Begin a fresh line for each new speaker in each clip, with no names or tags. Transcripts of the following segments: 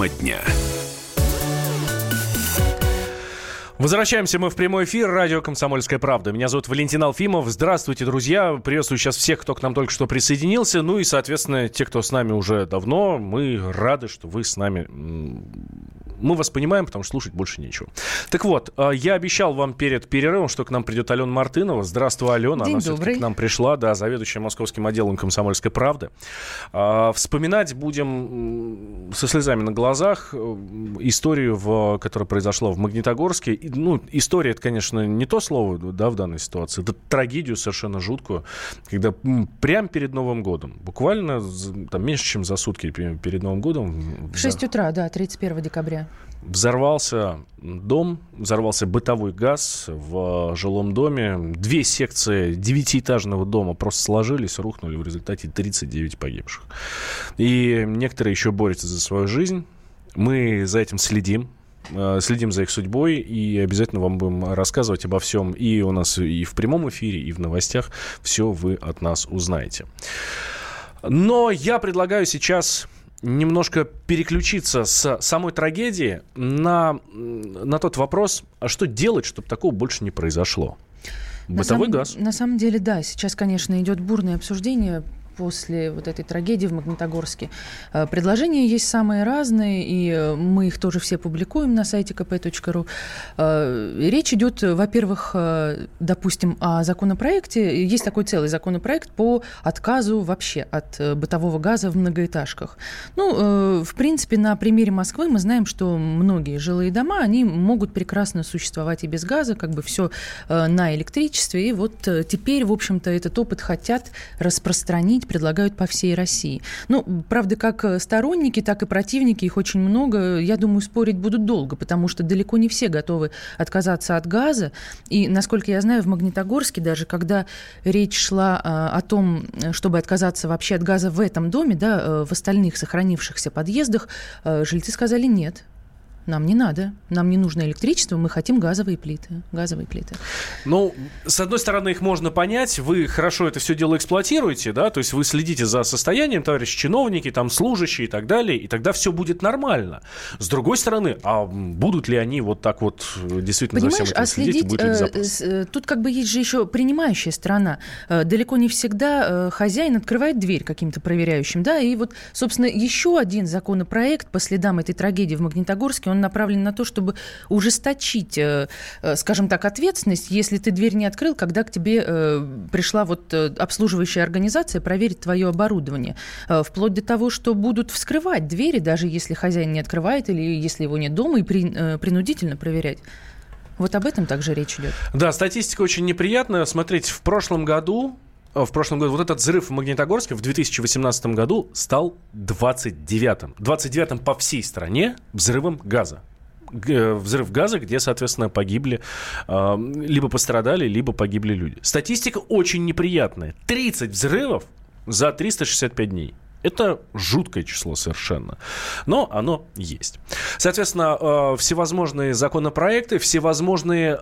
Тема дня.
Возвращаемся мы в прямой эфир. Радио «Комсомольская правда». Меня зовут Валентин Алфимов. Здравствуйте, друзья. Приветствую сейчас всех, кто к нам только что присоединился. Ну и, соответственно, те, кто с нами уже давно. Мы рады, что вы с нами. Мы вас понимаем, потому что слушать больше нечего. Так вот, я обещал вам перед перерывом, что к нам придет Алена Мартынова. Здравствуй, Алена.
День
Она
добрый.
все-таки к нам пришла, да, заведующая московским отделом «Комсомольской правды». Вспоминать будем со слезами на глазах историю, которая произошла в Магнитогорске. Ну, история, это, конечно, не то слово, да, в данной ситуации. Это трагедию совершенно жуткую, когда прямо перед Новым годом, буквально там, меньше, чем за сутки перед Новым годом...
В 6 утра, да, 31 декабря.
Взорвался дом, взорвался бытовой газ в жилом доме. 2 секции 9-этажного дома просто сложились, рухнули, в результате 39 погибших. И некоторые еще борются за свою жизнь. Мы за этим следим за их судьбой и обязательно вам будем рассказывать обо всем. И у нас и в прямом эфире, и в новостях все вы от нас узнаете. Но я предлагаю сейчас немножко переключиться с самой трагедии на тот вопрос, а что делать, чтобы такого больше не произошло? Бытовой газ.
На самом деле, да, сейчас, конечно, идет бурное обсуждение после вот этой трагедии в Магнитогорске. Предложения есть самые разные, и мы их тоже все публикуем на сайте kp.ru. Речь идет, во-первых, допустим, о законопроекте. Есть такой целый законопроект по отказу вообще от бытового газа в многоэтажках. Ну, в принципе, на примере Москвы мы знаем, что многие жилые дома, они могут прекрасно существовать и без газа, как бы все на электричестве. И вот теперь, в общем-то, этот опыт хотят распространить, предлагают по всей России. Ну, правда, как сторонники, так и противники, их очень много. Я думаю, спорить будут долго, потому что далеко не все готовы отказаться от газа. И, насколько я знаю, в Магнитогорске даже, когда речь шла о том, чтобы отказаться вообще от газа в этом доме, да, в остальных сохранившихся подъездах, жильцы сказали нет. Нам не надо, нам не нужно электричество, мы хотим газовые плиты.
Ну, с одной стороны, их можно понять, вы хорошо это все дело эксплуатируете, да, то есть вы следите за состоянием, товарищи чиновники, там, служащие и так далее, и тогда все будет нормально. С другой стороны, а будут ли они вот так вот действительно
понимаешь,
за всем этим следить, будет ли безопасно?
Тут как бы есть же еще принимающая сторона. Далеко не всегда хозяин открывает дверь каким-то проверяющим, да, и вот, собственно, еще один законопроект по следам этой трагедии в Магнитогорске, он направлен на то, чтобы ужесточить, скажем так, ответственность, если ты дверь не открыл, когда к тебе пришла вот обслуживающая организация проверить твое оборудование. Вплоть до того, что будут вскрывать двери, даже если хозяин не открывает или если его нет дома, и принудительно проверять. Вот об этом также речь идет. Да,
статистика очень неприятная. Смотрите, в прошлом году вот этот взрыв в Магнитогорске в 2018 году стал 29-м. 29-м по всей стране взрывом газа. Взрыв газа, где, соответственно, погибли, либо пострадали, либо погибли люди. Статистика очень неприятная. 30 взрывов за 365 дней. Это жуткое число совершенно. Но оно есть. Соответственно, всевозможные законопроекты, всевозможные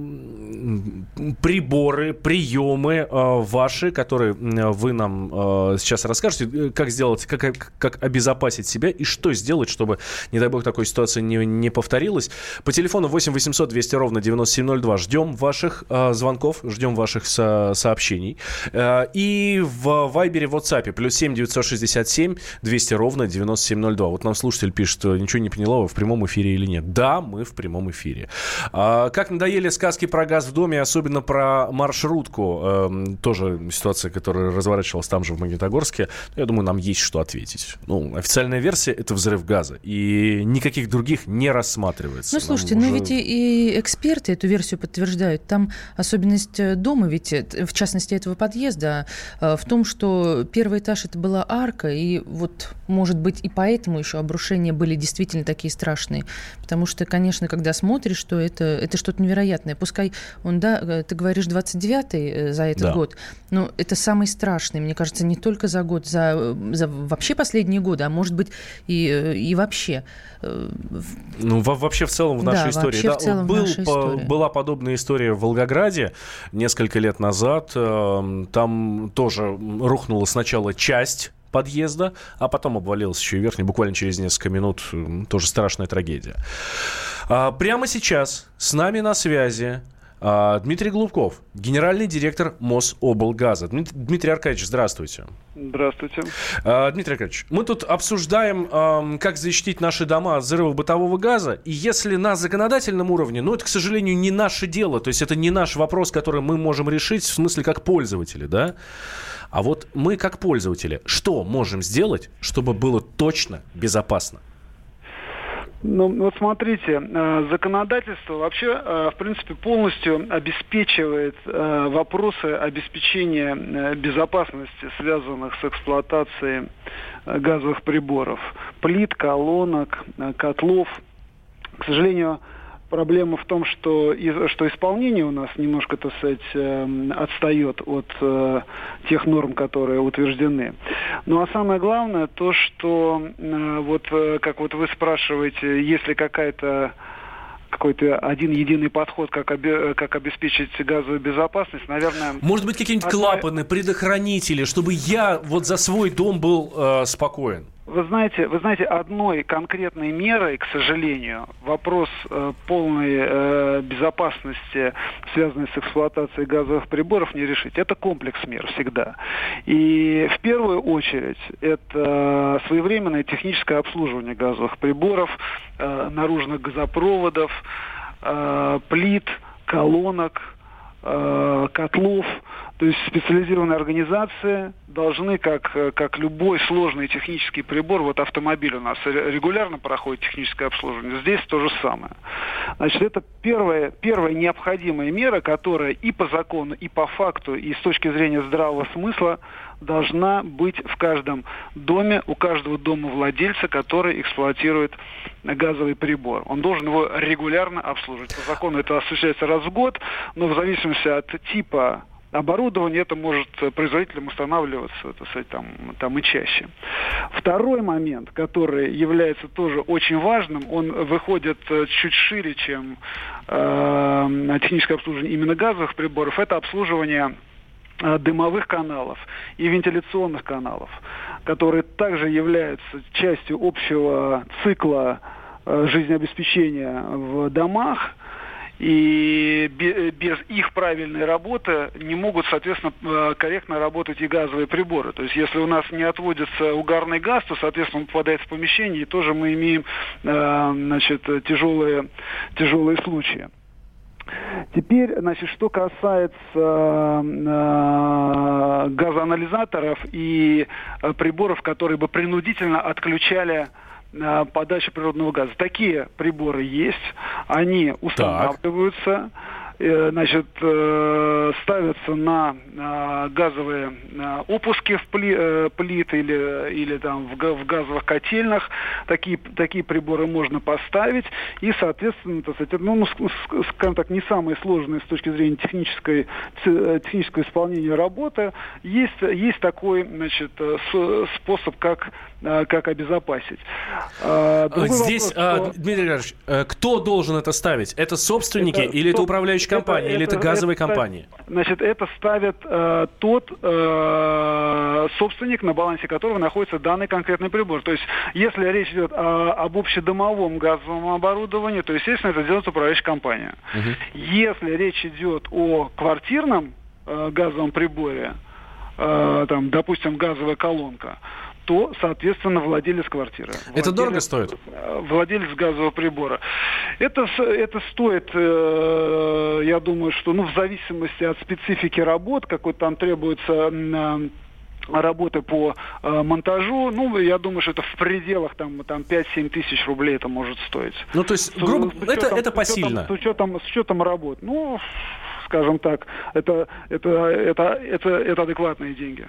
приборы, приемы ваши, которые вы нам сейчас расскажете, как сделать, как обезопасить себя и что сделать, чтобы, не дай бог, такой ситуации не повторилась. По телефону 8 800 200 ровно 9702 ждем ваших звонков, ждем ваших сообщений. И в Вайбере, в WhatsApp +7 967 200 ровно 9702. Вот нам слушатель пишет, что ничего не поняла, вы в прямом эфире или нет. Да, мы в прямом эфире. Как надоели сказки про газ в доме, особенно про маршрутку. Тоже ситуация, которая разворачивалась там же в Магнитогорске. Я думаю, нам есть что ответить. Ну, официальная версия — это взрыв газа. И никаких других не рассматривается.
Ну, слушайте, но ведь и эксперты эту версию подтверждают. Там особенность дома, ведь в частности этого подъезда, в том, что первый этаж — это была арка, и вот, может быть, и поэтому еще обрушения были действительно такие страшные. Потому что, конечно, когда смотришь, что это что-то невероятное. Пускай он, да, ты говоришь, 29-й за этот год, но это самый страшный, мне кажется, не только за год, за вообще последние годы, а может быть и вообще.
Ну, вообще в целом в нашей истории. Да, в целом в нашей истории. Была подобная история в Волгограде несколько лет назад. Там тоже рухнула сначала часть подъезда, а потом обвалился еще и верхний, буквально через несколько минут. Тоже страшная трагедия. Прямо сейчас с нами на связи Дмитрий Голубков, генеральный директор Мособлгаза. Дмитрий Аркадьевич, здравствуйте.
Здравствуйте.
Дмитрий Аркадьевич, мы тут обсуждаем, как защитить наши дома от взрыва бытового газа. И если на законодательном уровне, это, к сожалению, не наше дело, то есть это не наш вопрос, который мы можем решить, в смысле как пользователи, да? А вот мы, как пользователи, что можем сделать, чтобы было точно безопасно?
Вот смотрите, законодательство вообще, в принципе, полностью обеспечивает вопросы обеспечения безопасности, связанных с эксплуатацией газовых приборов, плит, колонок, котлов. К сожалению, проблема в том, что исполнение у нас немножко, так сказать, отстает от тех норм, которые утверждены. Ну а самое главное то, что как вы спрашиваете, есть ли какой-то один единый подход, как обеспечить газовую безопасность, наверное...
Может быть, какие-нибудь клапаны, предохранители, чтобы я за свой дом был спокоен?
Вы знаете, одной конкретной мерой, к сожалению, вопрос полной безопасности, связанный с эксплуатацией газовых приборов, не решить. Это комплекс мер всегда. И в первую очередь это своевременное техническое обслуживание газовых приборов, наружных газопроводов, плит, колонок, котлов. То есть специализированные организации должны, как любой сложный технический прибор, автомобиль у нас регулярно проходит техническое обслуживание, здесь то же самое. Значит, это первая необходимая мера, которая и по закону, и по факту, и с точки зрения здравого смысла должна быть в каждом доме, у каждого домовладельца, который эксплуатирует газовый прибор. Он должен его регулярно обслуживать. По закону это осуществляется раз в год, но в зависимости от типа оборудование, это может производителям устанавливаться, так сказать, там и чаще. Второй момент, который является тоже очень важным, он выходит чуть шире, чем техническое обслуживание именно газовых приборов, это обслуживание дымовых каналов и вентиляционных каналов, которые также являются частью общего цикла жизнеобеспечения в домах. И без их правильной работы не могут, соответственно, корректно работать и газовые приборы. То есть, если у нас не отводится угарный газ, то, соответственно, он попадает в помещение, и тоже мы имеем, тяжелые случаи. Теперь, что касается газоанализаторов и приборов, которые бы принудительно отключали подачи природного газа. Такие приборы есть, они устанавливаются, ставятся на газовые опуски в плит или там в газовых котельных. Такие приборы можно поставить. И, соответственно, скажем так, не самые сложные с точки зрения технического исполнения работы. Есть такой, способ, как обезопасить.
Здесь, вопрос, Дмитрий Григорьевич, кто должен это ставить? Это собственники или это управляющая компания, или это газовые компании?
Это ставит тот собственник, на балансе которого находится данный конкретный прибор. То есть, если речь идет об общедомовом газовом оборудовании, то, естественно, это делает управляющая компания. Угу. Если речь идет о квартирном газовом приборе, допустим, газовая колонка, то, соответственно, владелец квартиры.
Это дорого стоит?
Владелец газового прибора. Это стоит, я думаю, что в зависимости от специфики работ, какой там требуется работы по монтажу, я думаю, что это в пределах 5-7 тысяч рублей это может стоить.
То есть, грубо, это посильно?
С учетом работ. Скажем так, это адекватные деньги.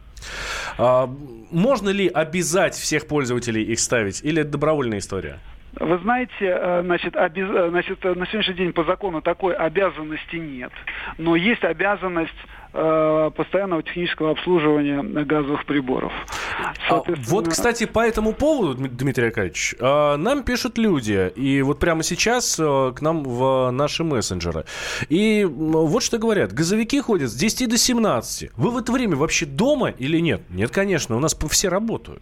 Можно ли обязать всех пользователей их ставить? Или это добровольная история?
Вы знаете, значит, на сегодняшний день по закону такой обязанности нет, но есть обязанность постоянного технического обслуживания газовых приборов.
Вот, кстати, по этому поводу, Дмитрий Аркадьевич, нам пишут люди, и вот прямо сейчас к нам в наши мессенджеры. И вот что говорят. Газовики ходят с 10 до 17. Вы в это время вообще дома или нет? Нет, конечно, у нас все работают.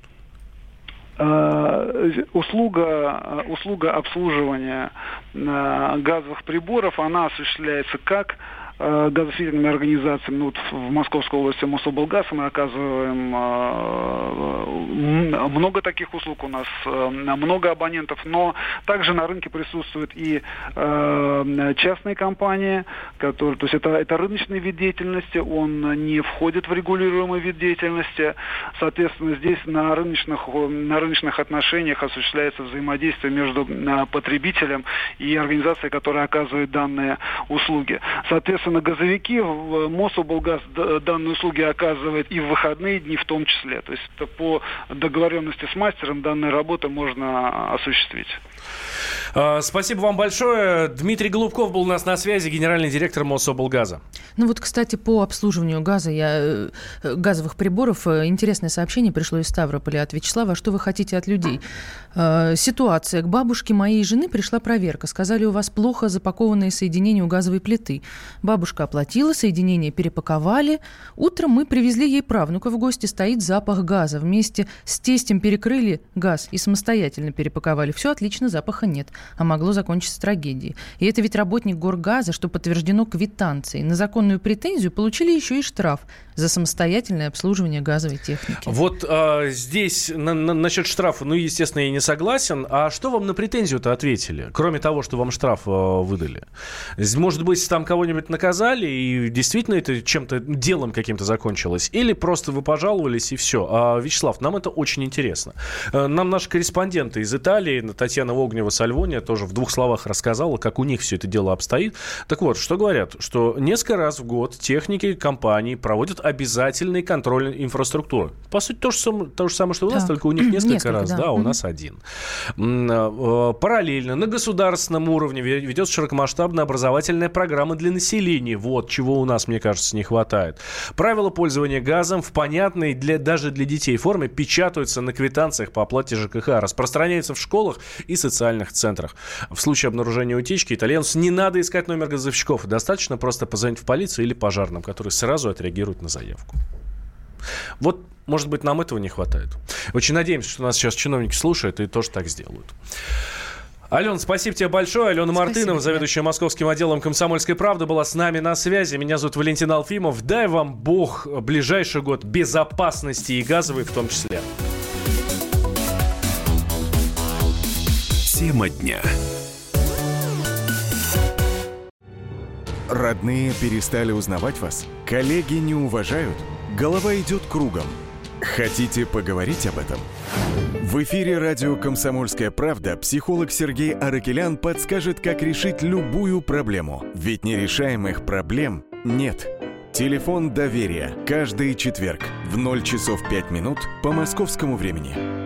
Услуга обслуживания газовых приборов, она осуществляется как газосвидетельными организациями. Вот в Московской области Мособлгаз мы оказываем много таких услуг, у нас много абонентов, но также на рынке присутствуют и частные компании, которые, то есть это рыночный вид деятельности, он не входит в регулируемый вид деятельности. Соответственно, здесь на рыночных отношениях осуществляется взаимодействие между потребителем и организацией, которая оказывает данные услуги. Соответственно, газовики, Мособлгаз данные услуги оказывает и в выходные дни в том числе. То есть это по договоренности с мастером данные работы можно осуществить.
Спасибо вам большое. Дмитрий Голубков был у нас на связи, генеральный директор Мособлгаза.
Ну вот, кстати, по обслуживанию газовых приборов интересное сообщение пришло из Ставрополя от Вячеслава. Что вы хотите от людей? Ситуация. К бабушке моей жены пришла проверка. Сказали, у вас плохо запакованные соединения у газовой плиты. Бабушка оплатила, соединение перепаковали. Утром мы привезли ей правнука в гости. Стоит запах газа. Вместе с тестем перекрыли газ и самостоятельно перепаковали. Все отлично, запаха нет. А могло закончиться трагедией. И это ведь работник Горгаза, что подтверждено квитанцией. На законную претензию получили еще и штраф за самостоятельное обслуживание газовой техники.
Вот здесь насчет штрафа, естественно, я не согласен. А что вам на претензию-то ответили? Кроме того, что вам штраф выдали. Может быть, там кого-нибудь наказали, и действительно это чем-то, делом каким-то закончилось? Или просто вы пожаловались, и все? Вячеслав, нам это очень интересно. Нам наши корреспонденты из Италии, Татьяна Огнева с Альвония, тоже в 2 словах рассказала, как у них все это дело обстоит. Так вот, что говорят? Что несколько раз в год техники компаний проводят обязательный контроль инфраструктуры. По сути, то же самое, что у нас, только у них несколько раз, да, у нас один. Параллельно на государственном уровне ведется широкомасштабная образовательная программа для населения. Вот чего у нас, мне кажется, не хватает. Правила пользования газом в понятной даже для детей форме печатаются на квитанциях по оплате ЖКХ, распространяются в школах и социальных центрах. В случае обнаружения утечки итальянцу не надо искать номер газовщиков. Достаточно просто позвонить в полицию или пожарным, которые сразу отреагируют на заявку. Вот, может быть, нам этого не хватает. Очень надеемся, что нас сейчас чиновники слушают и тоже так сделают. Алена, спасибо тебе большое. Алена Мартынова, заведующая московским отделом «Комсомольской правды», была с нами на связи. Меня зовут Валентин Алфимов. Дай вам Бог ближайший год безопасности и газовой в том числе.
Тема дня. Родные перестали узнавать вас? Коллеги не уважают? Голова идет кругом. Хотите поговорить об этом? В эфире радио «Комсомольская правда» психолог Сергей Аракелян подскажет, как решить любую проблему. Ведь нерешаемых проблем нет. Телефон доверия. Каждый четверг в 0 часов 5 минут по московскому времени.